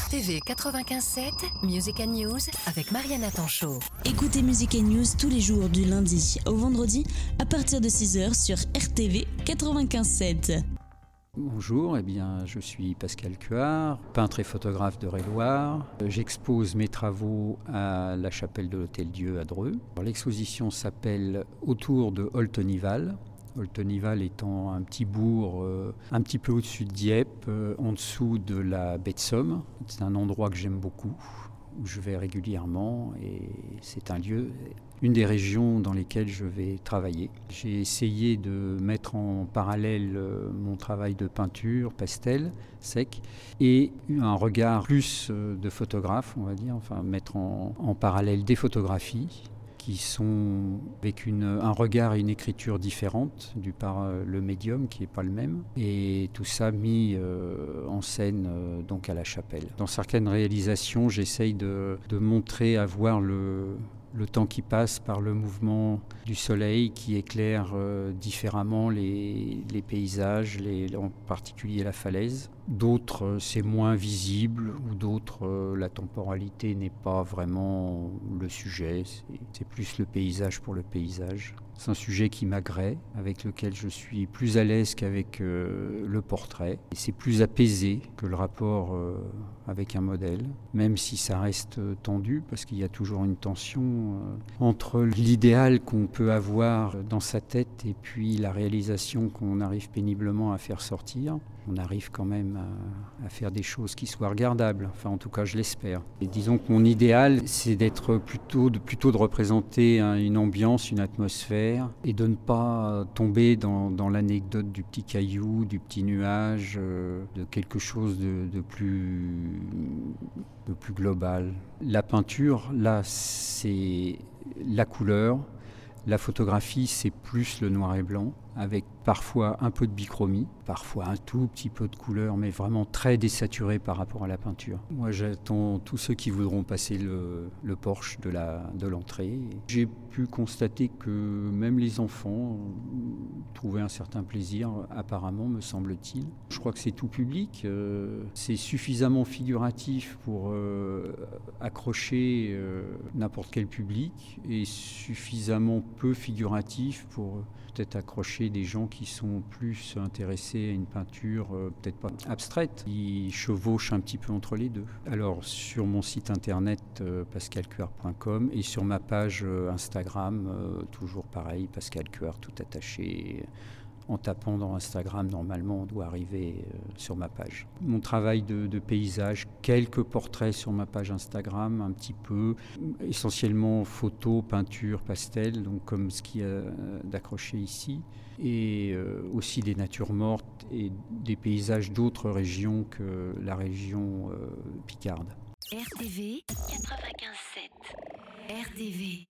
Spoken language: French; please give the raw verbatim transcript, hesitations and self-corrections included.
R T V quatre-vingt-quinze sept, Music and News avec Mariana Tanchot. Écoutez Music and News tous les jours du lundi au vendredi à partir de six heures sur R T V quatre-vingt-quinze sept. Bonjour, eh bien, je suis Pascal Cuard, peintre et photographe de Réloir. J'expose mes travaux à la chapelle de l'Hôtel-Dieu à Dreux. L'exposition s'appelle Autour de Oltenival. Oltenival étant un petit bourg euh, un petit peu au-dessus de Dieppe, euh, en dessous de la baie de Somme. C'est un endroit que j'aime beaucoup, où je vais régulièrement et c'est un lieu, une des régions dans lesquelles je vais travailler. J'ai essayé de mettre en parallèle euh, mon travail de peinture, pastel, sec, et un regard plus euh, de photographe, on va dire, enfin mettre en, en parallèle des photographies qui sont avec une, un regard et une écriture différente, du par euh, le médium qui n'est pas le même, et tout ça mis euh, en scène euh, donc à la chapelle. Dans certaines réalisations, j'essaye de, de montrer, à voir le, le temps qui passe par le mouvement du soleil qui éclaire euh, différemment les, les paysages, les, en particulier la falaise. D'autres, euh, c'est moins visible, ou d'autres, euh, la temporalité n'est pas vraiment le sujet, c'est, c'est plus le paysage pour le paysage. C'est un sujet qui m'agrée, avec lequel je suis plus à l'aise qu'avec euh, le portrait. Et c'est plus apaisé que le rapport euh, avec un modèle, même si ça reste tendu, parce qu'il y a toujours une tension euh, entre l'idéal qu'on peut avoir dans sa tête et puis la réalisation qu'on arrive péniblement à faire sortir. On arrive quand même à, à faire des choses qui soient regardables, enfin en tout cas je l'espère. Et disons que mon idéal, c'est d'être plutôt de, plutôt de représenter hein, une ambiance, une atmosphère, et de ne pas tomber dans, dans l'anecdote du petit caillou, du petit nuage, euh, de quelque chose de, de, plus, de plus global. La peinture, là, c'est la couleur. La photographie, c'est plus le noir et blanc, avec parfois un peu de bichromie, parfois un tout petit peu de couleur, mais vraiment très désaturé par rapport à la peinture. Moi, j'attends tous ceux qui voudront passer le, le porche de, la, de l'entrée. J'ai pu constater que même les enfants trouvaient un certain plaisir, apparemment, me semble-t-il. Je crois que c'est tout public. Euh, c'est suffisamment figuratif pour euh, accrocher euh, n'importe quel public et suffisamment peu figuratif pour peut-être accrocher des gens qui sont plus intéressés à une peinture euh, peut-être pas abstraite, qui chevauche un petit peu entre les deux. Alors sur mon site internet euh, pascal cuard point com et sur ma page euh, Instagram, euh, toujours pareil, Pascal Cuard tout attaché. En tapant dans Instagram, normalement, on doit arriver euh, sur ma page. Mon travail de, de paysage, quelques portraits sur ma page Instagram, un petit peu, essentiellement photos, peinture, pastel, donc comme ce qu'il y a d'accroché ici, et euh, aussi des natures mortes et des paysages d'autres régions que la région euh, picarde. R T V quatre-vingt-quinze sept. R T V